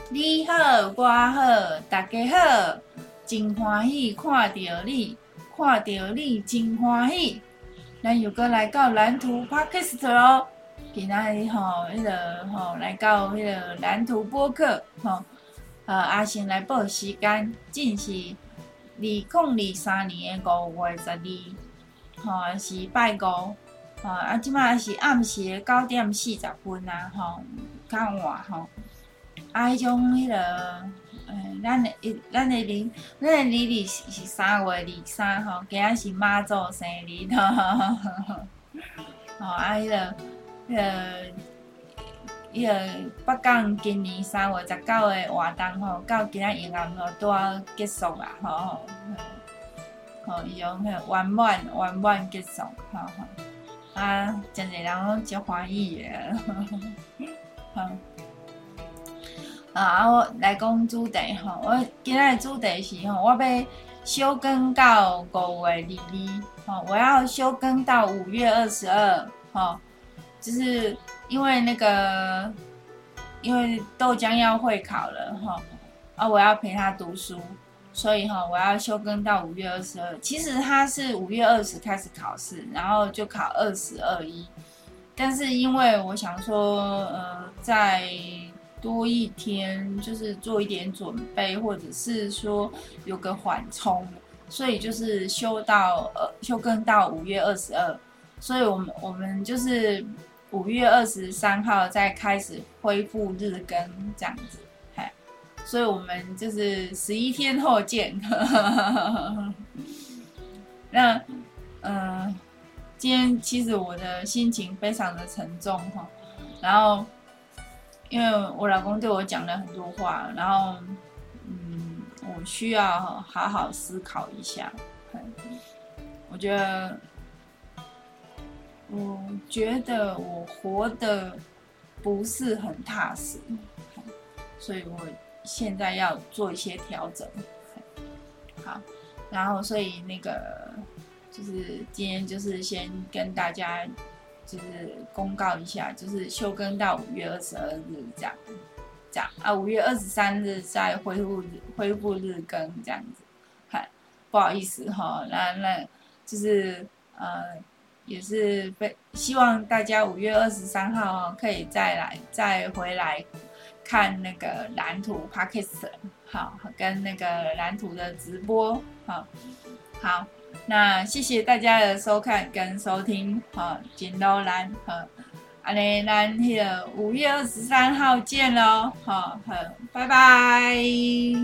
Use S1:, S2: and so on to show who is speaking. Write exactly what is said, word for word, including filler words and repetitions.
S1: 你好，我好，大家好，真欢喜看到你，看到你真欢喜。咱又搁来到蓝图 Podcast 咯，今仔日吼，迄、那个吼来到迄个蓝图播客吼，呃，阿成来报时间，正是二零二三年的五月十二，吼是拜五，吼啊，即摆是暗时的九點四十分啊，吼，較晚吼。啊，迄種迄、那個，誒，咱的咱的年，咱的年曆是是三月二三吼，今仔是媽祖生日吼，吼啊，迄、那個，迄、那個，迄、那個北港今年三月十九的活動吼，到今仔夜暗吼都要結束啦，吼，吼，伊種迄圓滿圓滿結束，吼吼，啊，真濟人攏足歡喜的，吼。啊！我來講主題吼，我今仔的主題是吼，我要休更到五月二二，吼，我要休更到五月二十二，吼，就是因為那個，因為豆漿要會考了，吼，啊，我要陪他讀書，所以吼，我要休更到五月二十二。其實他是五月二十開始考試，然後就考二十二一，但是因為我想說，呃，在多一天，就是做一點準備，或者是說有個緩衝，所以就是休到呃休更到五月二十二，所以我們我們就是五月二十三號再開始恢復日更這樣子，嘿，所以我們就是十一天後見。那嗯、呃，今天其實我的心情非常的沉重哈，然後。因為我老公對我講了很多話，然後，嗯，我需要好好思考一下。我覺得，我覺得我活得不是很踏實，所以我現在要做一些調整。好，然後所以那個就是今天就是先跟大家。就是公告一下，就是休更到五月二十二日這樣，這樣啊，五月二十三日再恢復恢復日更這樣子，嗨，不好意思哈，那那就是呃，也是被希望大家五月二十三號可以再來再回來看那個藍圖 Podcast， 好，跟那個藍圖的直播，好，好。那謝謝大家的收看跟收聽，好，金樓蘭，好，安尼咱迄個五月二十三號見咯，好，好，拜拜。